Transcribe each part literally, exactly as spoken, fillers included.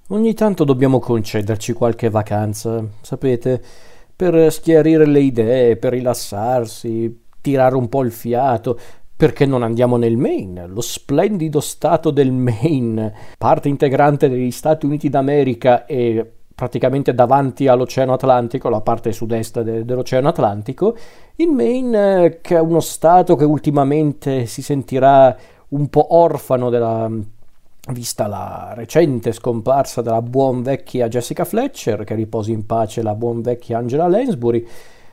Ogni tanto dobbiamo concederci qualche vacanza, sapete, per schiarire le idee, per rilassarsi, tirare un po' il fiato. Perché non andiamo nel Maine, lo splendido stato del Maine, parte integrante degli Stati Uniti d'America e praticamente davanti all'Oceano Atlantico, la parte sud-est de- dell'Oceano Atlantico. Il Maine, eh, che è uno stato che ultimamente si sentirà un po' orfano della vista la recente scomparsa della buon vecchia Jessica Fletcher, che riposi in pace la buon vecchia Angela Lansbury.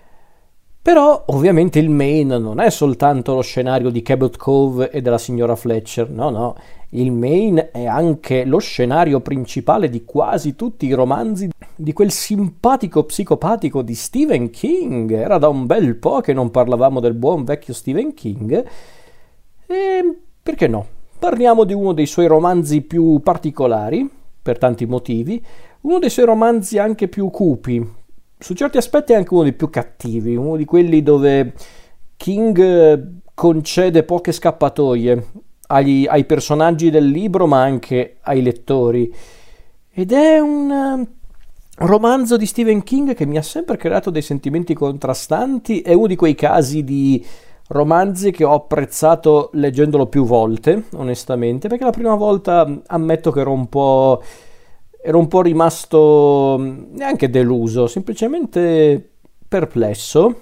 Però ovviamente il Maine non è soltanto lo scenario di Cabot Cove e della signora Fletcher, no no, il Maine è anche lo scenario principale di quasi tutti i romanzi di quel simpatico psicopatico di Stephen King. Era da un bel po' che non parlavamo del buon vecchio Stephen King, e perché no? Parliamo di uno dei suoi romanzi più particolari, per tanti motivi, uno dei suoi romanzi anche più cupi, su certi aspetti è anche uno dei più cattivi, uno di quelli dove King concede poche scappatoie agli, ai personaggi del libro, ma anche ai lettori. Ed è un uh, romanzo di Stephen King che mi ha sempre creato dei sentimenti contrastanti. È uno di quei casi di romanzi che ho apprezzato leggendolo più volte, onestamente, perché la prima volta ammetto che ero un po'... ero un po' rimasto neanche deluso, semplicemente perplesso.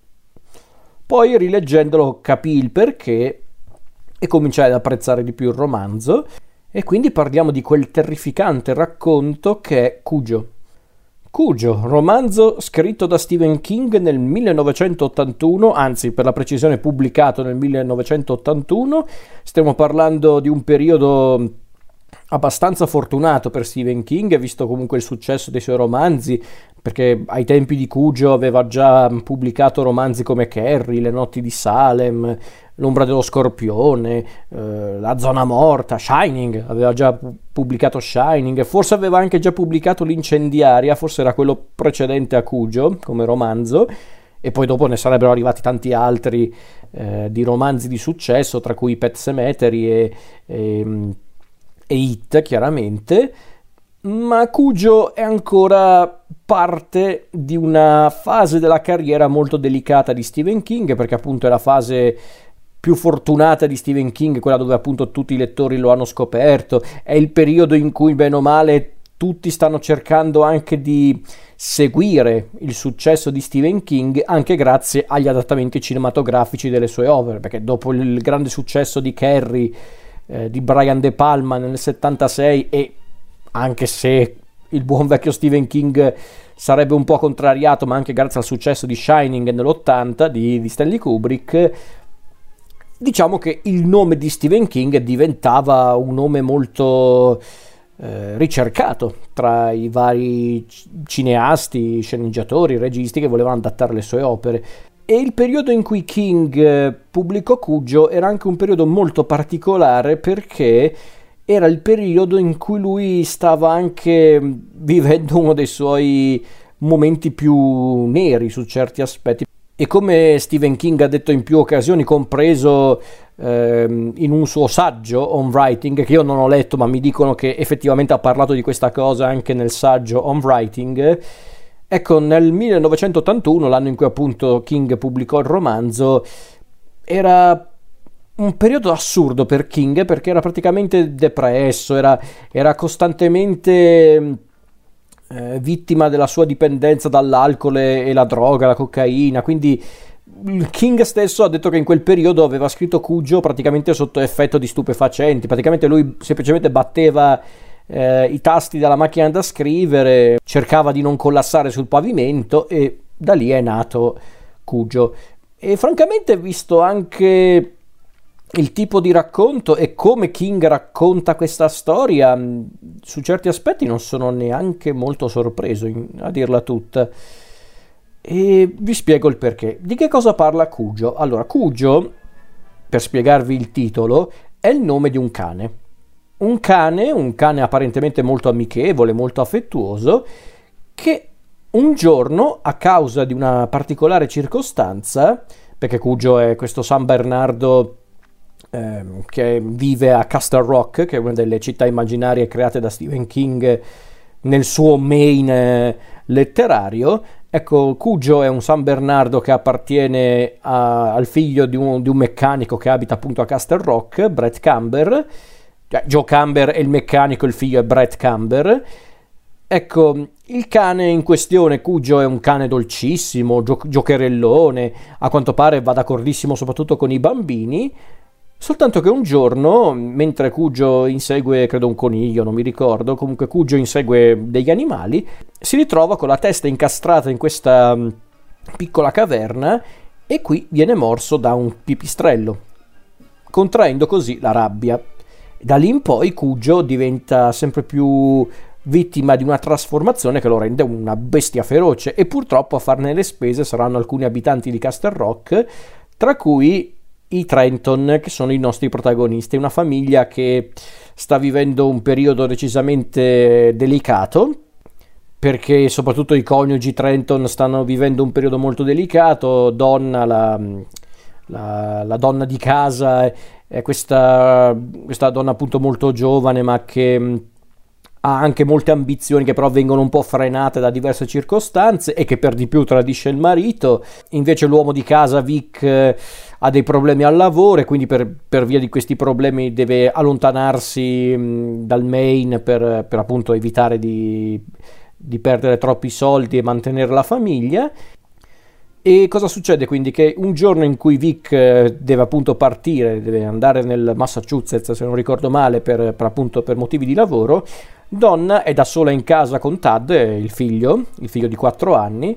Poi rileggendolo capii il perché e cominciai ad apprezzare di più il romanzo, e quindi parliamo di quel terrificante racconto che è Cujo. Cujo, romanzo scritto da Stephen King nel millenovecentottantuno, anzi per la precisione pubblicato nel millenovecentottantuno. Stiamo parlando di un periodo abbastanza fortunato per Stephen King, visto comunque il successo dei suoi romanzi, perché ai tempi di Cujo aveva già pubblicato romanzi come Carrie, Le notti di Salem, L'ombra dello scorpione, eh, La zona morta, Shining, aveva già pubblicato Shining, forse aveva anche già pubblicato L'incendiaria, forse era quello precedente a Cujo come romanzo, e poi dopo ne sarebbero arrivati tanti altri eh, di romanzi di successo, tra cui Pet Sematary e, e e It, chiaramente. Ma Cujo è ancora parte di una fase della carriera molto delicata di Stephen King, perché appunto è la fase più fortunata di Stephen King, quella dove appunto tutti i lettori lo hanno scoperto, è il periodo in cui bene o male tutti stanno cercando anche di seguire il successo di Stephen King, anche grazie agli adattamenti cinematografici delle sue opere, perché dopo il grande successo di Carrie eh, di Brian De Palma nel settantasei, e anche se il buon vecchio Stephen King sarebbe un po' contrariato, ma anche grazie al successo di Shining nell'ottanta di, di Stanley Kubrick, diciamo che il nome di Stephen King diventava un nome molto eh, ricercato tra i vari cineasti, sceneggiatori, registi che volevano adattare le sue opere. E il periodo in cui King eh, pubblicò Cujo era anche un periodo molto particolare, perché era il periodo in cui lui stava anche vivendo uno dei suoi momenti più neri su certi aspetti. E come Stephen King ha detto in più occasioni, compreso ehm, in un suo saggio On Writing, che io non ho letto ma mi dicono che effettivamente ha parlato di questa cosa anche nel saggio On Writing, ecco, nel millenovecentottantuno, l'anno in cui appunto King pubblicò il romanzo, era un periodo assurdo per King, perché era praticamente depresso, era, era costantemente eh, vittima della sua dipendenza dall'alcol e la droga, la cocaina. Quindi King stesso ha detto che in quel periodo aveva scritto Cujo praticamente sotto effetto di stupefacenti. Praticamente lui semplicemente batteva eh, i tasti della macchina da scrivere, cercava di non collassare sul pavimento, e da lì è nato Cujo. E francamente, visto anche il tipo di racconto e come King racconta questa storia, su certi aspetti non sono neanche molto sorpreso, a dirla tutta. E vi spiego il perché. Di che cosa parla Cujo? Allora, Cujo, per spiegarvi il titolo, è il nome di un cane. Un cane, un cane apparentemente molto amichevole, molto affettuoso, che un giorno, a causa di una particolare circostanza, perché Cujo è questo San Bernardo ehm, che vive a Castle Rock, che è una delle città immaginarie create da Stephen King nel suo Maine letterario. Ecco, Cujo è un San Bernardo che appartiene a, al figlio di un, di un meccanico che abita appunto a Castle Rock, Brett Camber. Cioè, Joe Camber è il meccanico, il figlio è Brett Camber. Ecco, il cane in questione, Cujo, è un cane dolcissimo, gio- giocherellone, a quanto pare va d'accordissimo soprattutto con i bambini. Soltanto che un giorno, mentre Cujo insegue, credo un coniglio, non mi ricordo, comunque Cujo insegue degli animali, si ritrova con la testa incastrata in questa mh, piccola caverna e qui viene morso da un pipistrello, contraendo così la rabbia. Da lì in poi Cujo diventa sempre più vittima di una trasformazione che lo rende una bestia feroce e purtroppo a farne le spese saranno alcuni abitanti di Castle Rock, tra cui i Trenton, che sono i nostri protagonisti, una famiglia che sta vivendo un periodo decisamente delicato, perché soprattutto i coniugi Trenton stanno vivendo un periodo molto delicato. Donna, la, la, la donna di casa, è questa, questa donna appunto molto giovane, ma che ha anche molte ambizioni che però vengono un po' frenate da diverse circostanze e che per di più tradisce il marito. Invece l'uomo di casa, Vic, eh, ha dei problemi al lavoro e quindi per, per via di questi problemi deve allontanarsi mh, dal Maine per, per appunto evitare di, di perdere troppi soldi e mantenere la famiglia. E cosa succede quindi? Che un giorno in cui Vic deve appunto partire, deve andare nel Massachusetts, se non ricordo male, per, per appunto per motivi di lavoro, Donna è da sola in casa con Tad, il figlio, il figlio di quattro anni,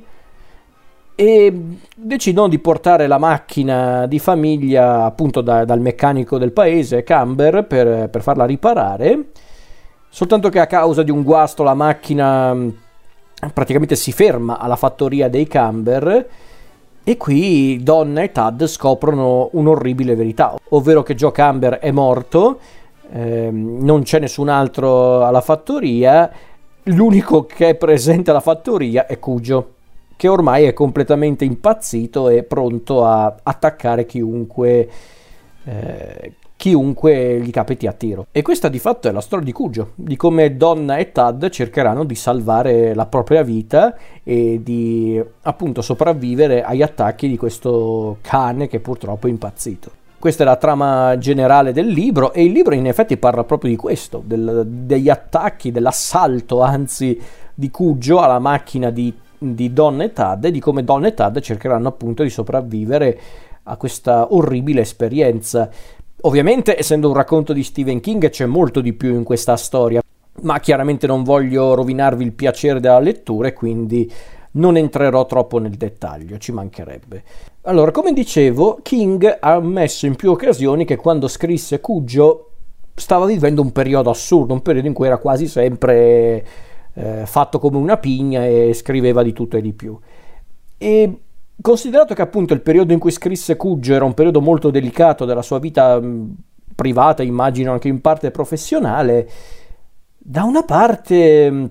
e decidono di portare la macchina di famiglia appunto da, dal meccanico del paese, Camber, per, per farla riparare, soltanto che a causa di un guasto la macchina praticamente si ferma alla fattoria dei Camber. E qui Donna e Tad scoprono un'orribile verità, ovvero che Joe Camber è morto, ehm, non c'è nessun altro alla fattoria, l'unico che è presente alla fattoria è Cujo, che ormai è completamente impazzito e pronto a attaccare chiunque, eh, chiunque gli capiti a tiro. E questa di fatto è la storia di Cujo, di come Donna e Tad cercheranno di salvare la propria vita e di appunto sopravvivere agli attacchi di questo cane che purtroppo è impazzito. Questa è la trama generale del libro e il libro in effetti parla proprio di questo, del, degli attacchi, dell'assalto anzi di Cujo alla macchina di, di Donna e Tad e di come Donna e Tad cercheranno appunto di sopravvivere a questa orribile esperienza. Ovviamente, essendo un racconto di Stephen King, c'è molto di più in questa storia, ma chiaramente non voglio rovinarvi il piacere della lettura e quindi non entrerò troppo nel dettaglio, ci mancherebbe. Allora, come dicevo, King ha ammesso in più occasioni che quando scrisse Cujo stava vivendo un periodo assurdo, un periodo in cui era quasi sempre eh, fatto come una pigna e scriveva di tutto e di più. E considerato che appunto il periodo in cui scrisse Cujo era un periodo molto delicato della sua vita mh, privata, immagino anche in parte professionale, da una parte mh,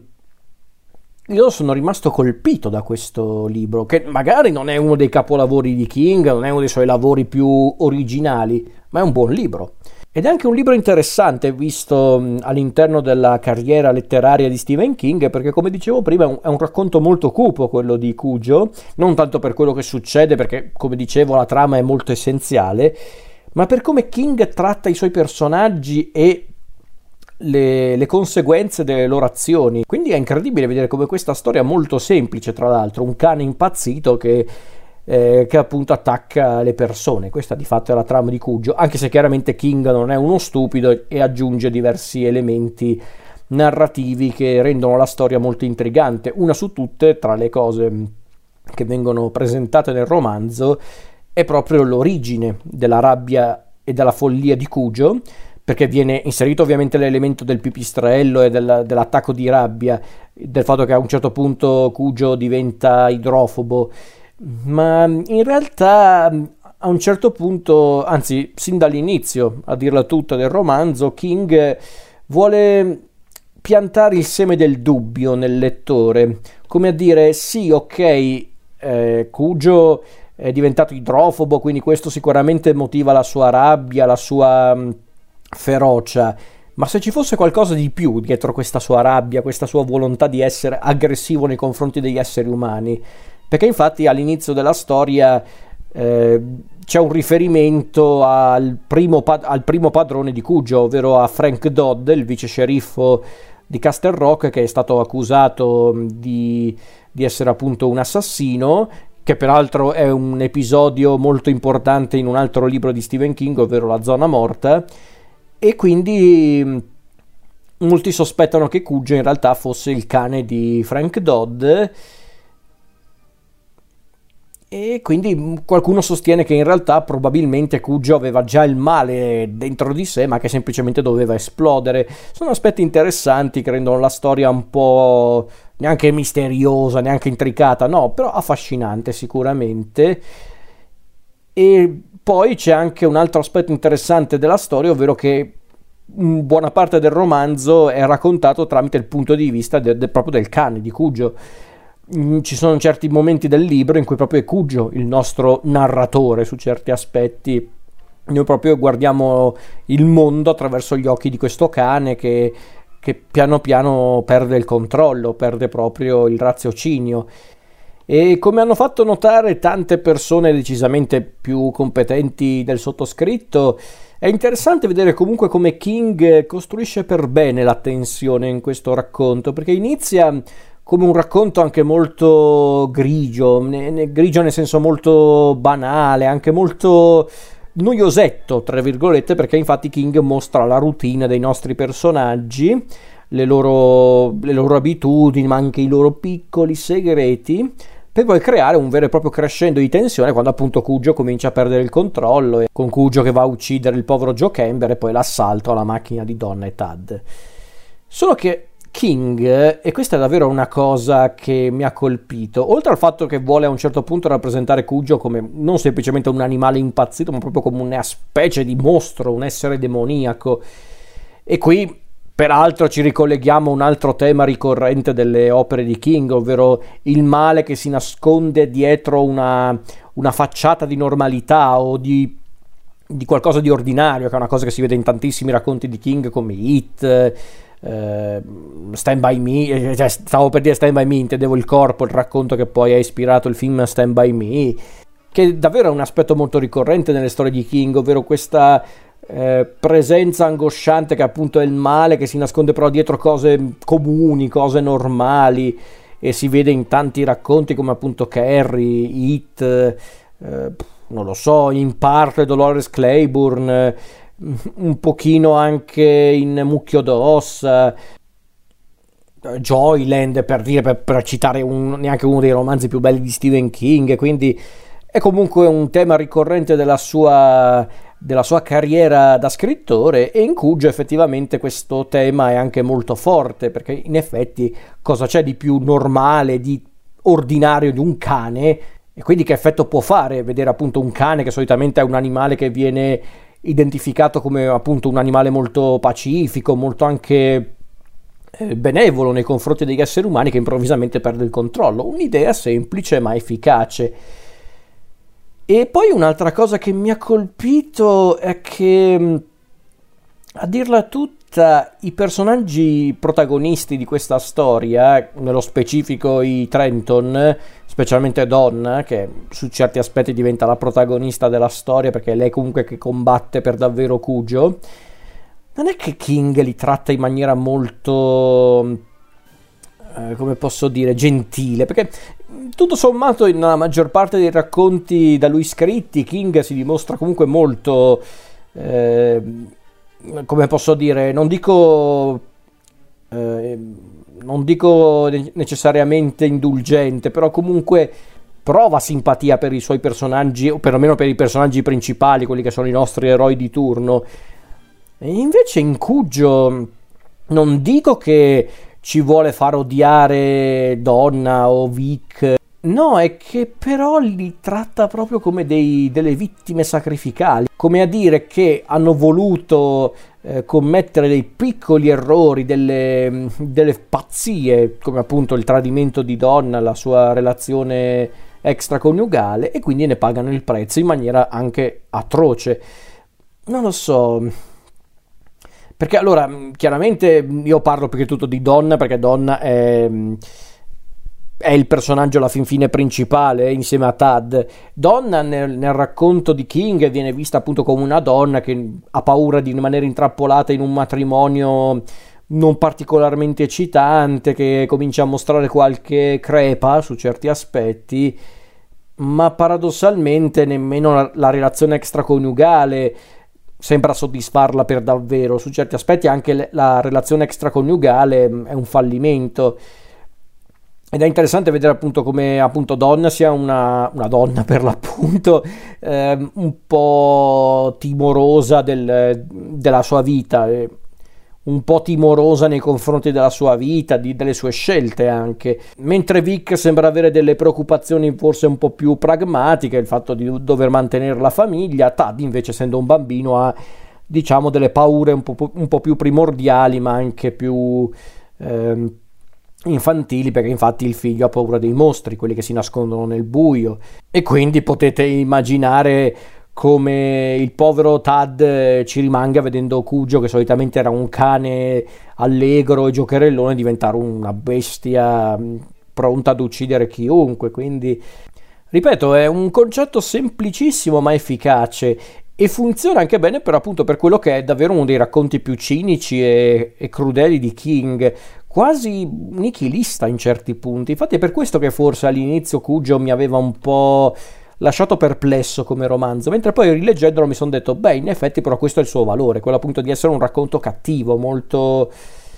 io sono rimasto colpito da questo libro, che magari non è uno dei capolavori di King, non è uno dei suoi lavori più originali, ma è un buon libro. Ed è anche un libro interessante visto mh, all'interno della carriera letteraria di Stephen King, perché come dicevo prima è un, è un racconto molto cupo quello di Cujo, non tanto per quello che succede, perché come dicevo la trama è molto essenziale, ma per come King tratta i suoi personaggi e le, le conseguenze delle loro azioni. Quindi è incredibile vedere come questa storia molto semplice, tra l'altro, un cane impazzito che Eh, che appunto attacca le persone. Questa di fatto è la trama di Cujo, anche se chiaramente King non è uno stupido e aggiunge diversi elementi narrativi che rendono la storia molto intrigante. Una su tutte, tra le cose che vengono presentate nel romanzo, è proprio l'origine della rabbia e della follia di Cujo, perché viene inserito ovviamente l'elemento del pipistrello e del, dell'attacco di rabbia, del fatto che a un certo punto Cujo diventa idrofobo, ma in realtà a un certo punto, anzi sin dall'inizio a dirla tutta del romanzo, King vuole piantare il seme del dubbio nel lettore, come a dire sì, ok, eh, Cujo è diventato idrofobo, quindi questo sicuramente motiva la sua rabbia, la sua mh, ferocia. Ma se ci fosse qualcosa di più dietro questa sua rabbia, questa sua volontà di essere aggressivo nei confronti degli esseri umani, perché infatti all'inizio della storia eh, c'è un riferimento al primo, pad- al primo padrone di Cujo, ovvero a Frank Dodd, il vice sceriffo di Castle Rock, che è stato accusato di, di essere appunto un assassino, che peraltro è un episodio molto importante in un altro libro di Stephen King, ovvero La zona morta, e quindi molti sospettano che Cujo in realtà fosse il cane di Frank Dodd, e quindi qualcuno sostiene che in realtà probabilmente Cujo aveva già il male dentro di sé, ma che semplicemente doveva esplodere. Sono aspetti interessanti che rendono la storia un po' neanche misteriosa, neanche intricata, no, però affascinante sicuramente. E poi c'è anche un altro aspetto interessante della storia, ovvero che buona parte del romanzo è raccontato tramite il punto di vista de- de- proprio del cane, di Cujo. Ci sono certi momenti del libro in cui proprio è Cujo il nostro narratore su certi aspetti. Noi proprio guardiamo il mondo attraverso gli occhi di questo cane che, che piano piano perde il controllo, perde proprio il raziocinio. E come hanno fatto notare tante persone decisamente più competenti del sottoscritto, è interessante vedere comunque come King costruisce per bene la tensione in questo racconto, perché inizia come un racconto anche molto grigio, ne, ne, grigio nel senso molto banale, anche molto noiosetto, tra virgolette, perché infatti King mostra la routine dei nostri personaggi, le loro, le loro abitudini, ma anche i loro piccoli segreti, per poi creare un vero e proprio crescendo di tensione quando appunto Cujo comincia a perdere il controllo, e con Cujo che va a uccidere il povero Joe Kember e poi l'assalto alla macchina di Donna e Tad. Solo che King, e questa è davvero una cosa che mi ha colpito, oltre al fatto che vuole a un certo punto rappresentare Cujo come non semplicemente un animale impazzito, ma proprio come una specie di mostro, un essere demoniaco, e qui peraltro ci ricolleghiamo a un altro tema ricorrente delle opere di King, ovvero il male che si nasconde dietro una, una facciata di normalità o di, di qualcosa di ordinario, che è una cosa che si vede in tantissimi racconti di King come It, Uh, Stand By Me, cioè, stavo per dire Stand By Me, intendevo Il corpo, il racconto che poi ha ispirato il film Stand By Me, che davvero è un aspetto molto ricorrente nelle storie di King, ovvero questa eh, presenza angosciante che appunto è il male, che si nasconde però dietro cose comuni, cose normali, e si vede in tanti racconti come appunto Carrie, It, eh, non lo so, in parte Dolores Claiborne, un pochino anche in Mucchio d'Ossa, Joyland, per dire, per, per citare un, neanche uno dei romanzi più belli di Stephen King. Quindi è comunque un tema ricorrente della sua, della sua carriera da scrittore, e in Cujo effettivamente questo tema è anche molto forte, perché in effetti cosa c'è di più normale, di ordinario di un cane, e quindi che effetto può fare vedere appunto un cane, che solitamente è un animale che viene identificato come appunto un animale molto pacifico, molto anche eh, benevolo nei confronti degli esseri umani, che improvvisamente perde il controllo. Un'idea semplice ma efficace. E poi un'altra cosa che mi ha colpito è che, a dirla tutta, i personaggi protagonisti di questa storia, nello specifico i Trenton, specialmente Donna, che su certi aspetti diventa la protagonista della storia perché è lei comunque che combatte per davvero Cujo, non è che King li tratta in maniera molto, eh, come posso dire, gentile, perché tutto sommato nella maggior parte dei racconti da lui scritti King si dimostra comunque molto, eh, come posso dire, non dico eh, non dico necessariamente indulgente, però comunque prova simpatia per i suoi personaggi, o perlomeno per i personaggi principali, quelli che sono i nostri eroi di turno. E invece in Cujo non dico che ci vuole far odiare Donna o Vic, no, è che però li tratta proprio come dei, delle vittime sacrificali, come a dire che hanno voluto eh, commettere dei piccoli errori, delle, delle pazzie, come appunto il tradimento di Donna, la sua relazione extraconiugale, e quindi ne pagano il prezzo in maniera anche atroce. Non lo so, perché allora chiaramente io parlo più che tutto di Donna, perché Donna è, è il personaggio alla fin fine principale insieme a Tad. Donna nel, nel racconto di King viene vista appunto come una donna che ha paura di rimanere intrappolata in un matrimonio non particolarmente eccitante, che comincia a mostrare qualche crepa su certi aspetti, ma paradossalmente nemmeno la, la relazione extraconiugale sembra soddisfarla per davvero. Su certi aspetti anche le, la relazione extraconiugale è un fallimento. Ed è interessante vedere appunto come appunto Donna sia una, una donna per l'appunto eh, un po' timorosa del, della sua vita, eh, un po' timorosa nei confronti della sua vita, di, delle sue scelte anche, mentre Vic sembra avere delle preoccupazioni forse un po' più pragmatiche, il fatto di dover mantenere la famiglia. Tad invece, essendo un bambino, ha diciamo delle paure un po', un po' più primordiali, ma anche più eh, infantili, perché infatti il figlio ha paura dei mostri, quelli che si nascondono nel buio, e quindi potete immaginare come il povero Tad ci rimanga vedendo Cugio, che solitamente era un cane allegro e giocherellone, diventare una bestia pronta ad uccidere chiunque. Quindi, ripeto, è un concetto semplicissimo ma efficace, e funziona anche bene per appunto per quello che è davvero uno dei racconti più cinici e, e crudeli di King, quasi nichilista in certi punti. Infatti è per questo che forse all'inizio Cugio mi aveva un po' lasciato perplesso come romanzo, mentre poi rileggendolo mi sono detto, beh, in effetti però questo è il suo valore, quello appunto di essere un racconto cattivo, molto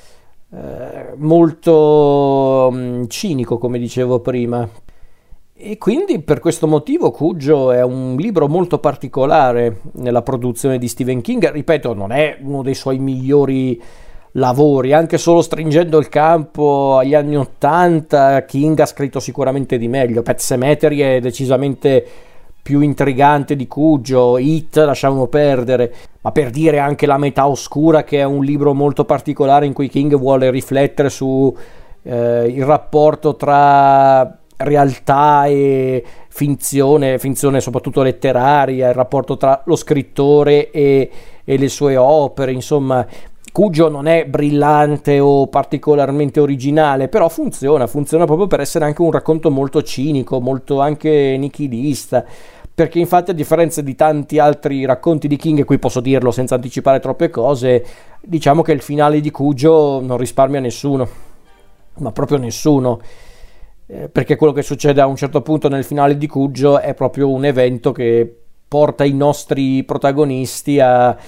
eh, molto mh, cinico, come dicevo prima. E quindi per questo motivo Cugio è un libro molto particolare nella produzione di Stephen King. Ripeto, non è uno dei suoi migliori lavori, anche solo Stringendo il campo agli anni ottanta King ha scritto sicuramente di meglio. Pet Sematary è decisamente più intrigante di Cugio, It lasciamo perdere, ma per dire anche La metà oscura, che è un libro molto particolare in cui King vuole riflettere su eh, il rapporto tra realtà e finzione, finzione soprattutto letteraria, il rapporto tra lo scrittore e, e le sue opere. Insomma, Cugio non è brillante o particolarmente originale, però funziona, funziona proprio per essere anche un racconto molto cinico, molto anche nichilista, perché infatti a differenza di tanti altri racconti di King, e qui posso dirlo senza anticipare troppe cose, diciamo che il finale di Cugio non risparmia nessuno, ma proprio nessuno, eh, perché quello che succede a un certo punto nel finale di Cugio è proprio un evento che porta i nostri protagonisti a...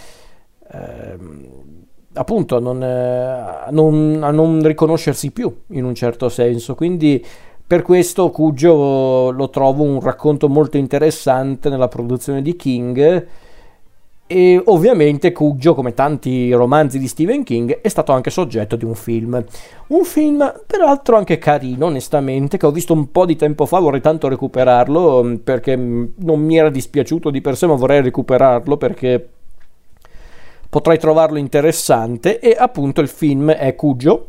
Eh, appunto a non, a, non, a non riconoscersi più in un certo senso. Quindi per questo Cugio lo trovo un racconto molto interessante nella produzione di King, e ovviamente Cugio, come tanti romanzi di Stephen King, è stato anche soggetto di un film un film peraltro anche carino, onestamente, che ho visto un po' di tempo fa. Vorrei tanto recuperarlo perché non mi era dispiaciuto di per sé, ma vorrei recuperarlo perché potrei trovarlo interessante. E appunto il film è Cugio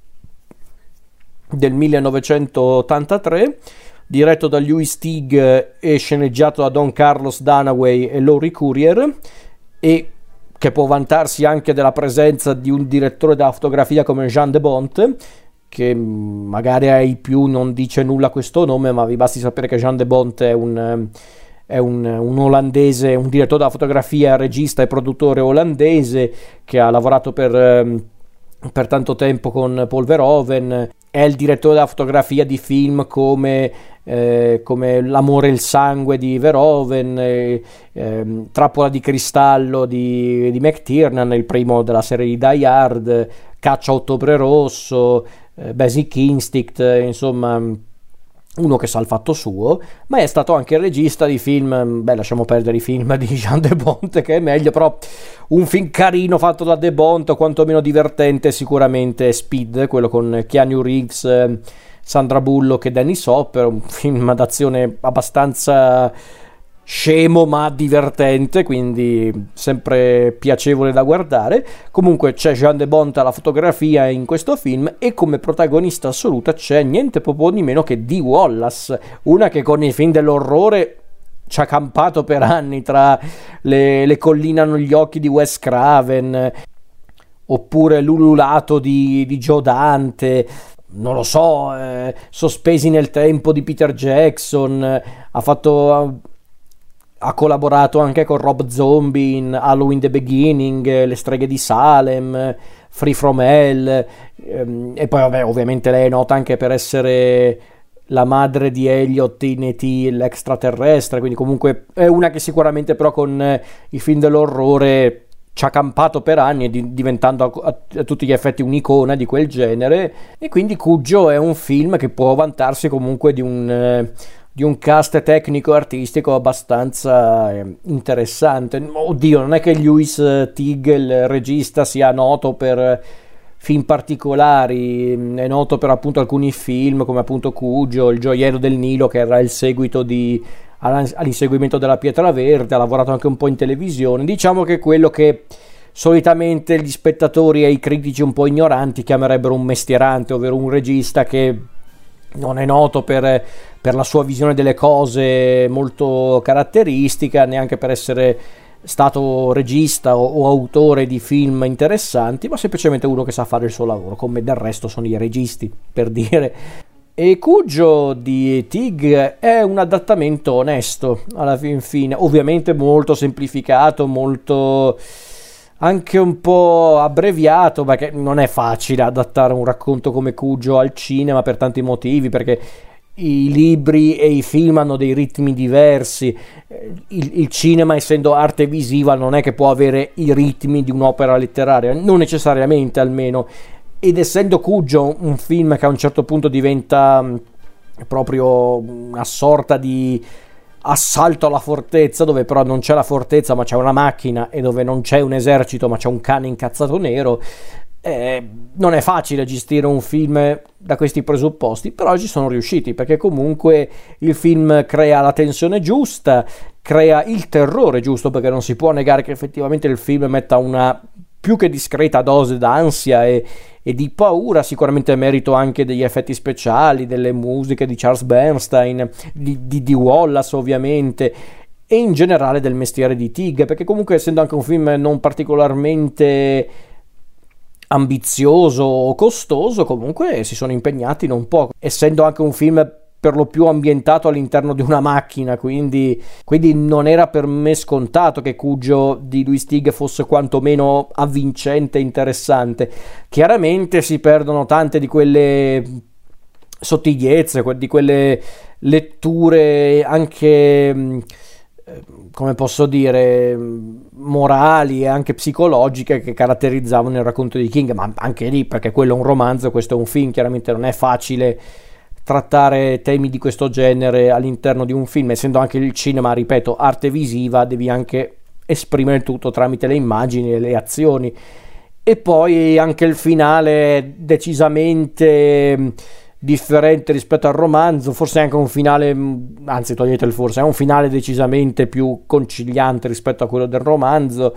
del millenovecentottantatré, diretto da Louis Teague e sceneggiato da Don Carlos Dunaway e Laurie Currier, e che può vantarsi anche della presenza di un direttore della fotografia come Jean de Bont, che magari ai più non dice nulla questo nome, ma vi basti sapere che Jean de Bont è un è un, un olandese, un direttore della fotografia, regista e produttore olandese, che ha lavorato per, per tanto tempo con Paul Verhoeven. È il direttore della fotografia di film come, eh, come L'amore e il sangue di Verhoeven, eh, eh, Trappola di cristallo di, di McTiernan, il primo della serie di Die Hard, Caccia a ottobre rosso, eh, Basic Instinct, eh, insomma uno che sa il fatto suo. Ma è stato anche il regista di film, beh, lasciamo perdere i film di Jean de Bont, che è meglio, però un film carino fatto da de Bont, o quantomeno divertente, sicuramente Speed, quello con Keanu Reeves, Sandra Bullock e Dennis Hopper, un film d'azione abbastanza scemo ma divertente, quindi sempre piacevole da guardare. Comunque c'è Jean de Bont alla fotografia in questo film, e come protagonista assoluta c'è niente proprio di meno che Dee Wallace, una che con i film dell'orrore ci ha campato per anni, tra le, le colline hanno gli occhi di Wes Craven, oppure l'ululato di, di Joe Dante, non lo so, eh, Sospesi nel tempo di Peter Jackson, eh, ha fatto... ha collaborato anche con Rob Zombie in Halloween The Beginning, Le streghe di Salem, Free From Hell, ehm, e poi vabbè, ovviamente lei è nota anche per essere la madre di Elliot in E T l'extraterrestre, quindi comunque è una che sicuramente però con eh, i film dell'orrore ci ha campato per anni, di, diventando a, a, a tutti gli effetti un'icona di quel genere. E quindi Cujo è un film che può vantarsi comunque di un... Eh, di un cast tecnico-artistico abbastanza eh, interessante. Oddio, non è che Lewis Teague, il regista, sia noto per film particolari, è noto per appunto alcuni film come appunto Cujo, Il gioiello del Nilo, che era il seguito di all'inseguimento della pietra verde, ha lavorato anche un po' in televisione. Diciamo che quello che solitamente gli spettatori e i critici un po' ignoranti chiamerebbero un mestierante, ovvero un regista che non è noto per, per la sua visione delle cose molto caratteristica, neanche per essere stato regista o, o autore di film interessanti, ma semplicemente uno che sa fare il suo lavoro, come del resto sono i registi, per dire. E Cujo di Tig è un adattamento onesto alla fin fine, ovviamente molto semplificato, molto anche un po' abbreviato, perché non è facile adattare un racconto come Cujo al cinema per tanti motivi, perché i libri e i film hanno dei ritmi diversi, il, il cinema, essendo arte visiva, non è che può avere i ritmi di un'opera letteraria, non necessariamente almeno, ed essendo Cujo un film che a un certo punto diventa proprio una sorta di assalto alla fortezza, dove però non c'è la fortezza ma c'è una macchina, e dove non c'è un esercito ma c'è un cane incazzato nero, eh, non è facile gestire un film da questi presupposti, però ci sono riusciti, perché comunque il film crea la tensione giusta, crea il terrore giusto, perché non si può negare che effettivamente il film metta una più che discreta dose d'ansia e, e di paura, sicuramente merito anche degli effetti speciali, delle musiche di Charles Bernstein, di, di, di Wallace ovviamente, e in generale del mestiere di Tig, perché comunque essendo anche un film non particolarmente ambizioso o costoso, comunque si sono impegnati non poco, essendo anche un film per lo più ambientato all'interno di una macchina, quindi, quindi non era per me scontato che Cujo di Lewis Teague fosse quantomeno avvincente e interessante. Chiaramente si perdono tante di quelle sottigliezze, di quelle letture anche, come posso dire, morali e anche psicologiche che caratterizzavano il racconto di King, ma anche lì, perché quello è un romanzo, questo è un film, chiaramente non è facile trattare temi di questo genere all'interno di un film, essendo anche il cinema, ripeto, arte visiva, devi anche esprimere il tutto tramite le immagini e le azioni. E poi anche il finale è decisamente differente rispetto al romanzo, forse anche un finale, anzi togliete il forse, è un finale decisamente più conciliante rispetto a quello del romanzo.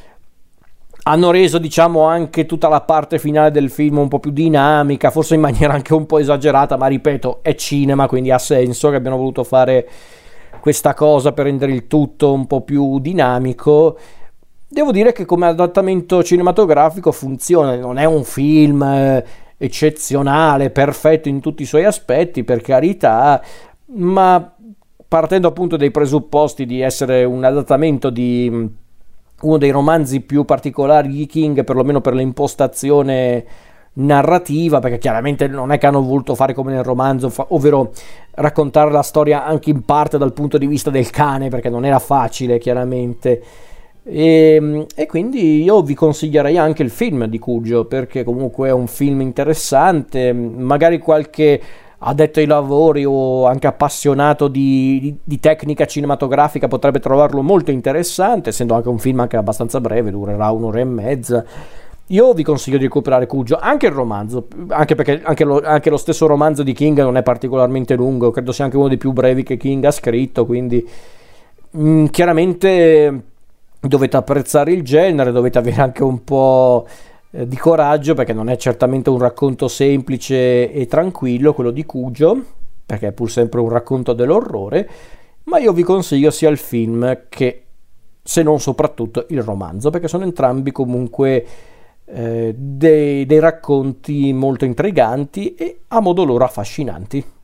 Hanno reso, diciamo, anche tutta la parte finale del film un po' più dinamica, forse in maniera anche un po' esagerata, ma ripeto, è cinema, quindi ha senso che abbiano voluto fare questa cosa per rendere il tutto un po' più dinamico. Devo dire che come adattamento cinematografico funziona, non è un film eccezionale, perfetto in tutti i suoi aspetti, per carità, ma partendo appunto dai presupposti di essere un adattamento di uno dei romanzi più particolari di King, perlomeno per l'impostazione narrativa, perché chiaramente non è che hanno voluto fare come nel romanzo, fa- ovvero raccontare la storia anche in parte dal punto di vista del cane, perché non era facile chiaramente, e, e quindi io vi consiglierei anche il film di Cujo, perché comunque è un film interessante, magari qualche addetto ai lavori o anche appassionato di, di, di tecnica cinematografica potrebbe trovarlo molto interessante, essendo anche un film anche abbastanza breve, durerà un'ora e mezza. Io vi consiglio di recuperare Cujo, anche il romanzo, anche perché anche lo, anche lo stesso romanzo di King non è particolarmente lungo, credo sia anche uno dei più brevi che King ha scritto, quindi Mm, chiaramente dovete apprezzare il genere, dovete avere anche un po' eh, di coraggio, perché non è certamente un racconto semplice e tranquillo quello di Cujo, perché è pur sempre un racconto dell'orrore, ma io vi consiglio sia il film che, se non soprattutto, il romanzo, perché sono entrambi comunque eh, dei, dei racconti molto intriganti e a modo loro affascinanti.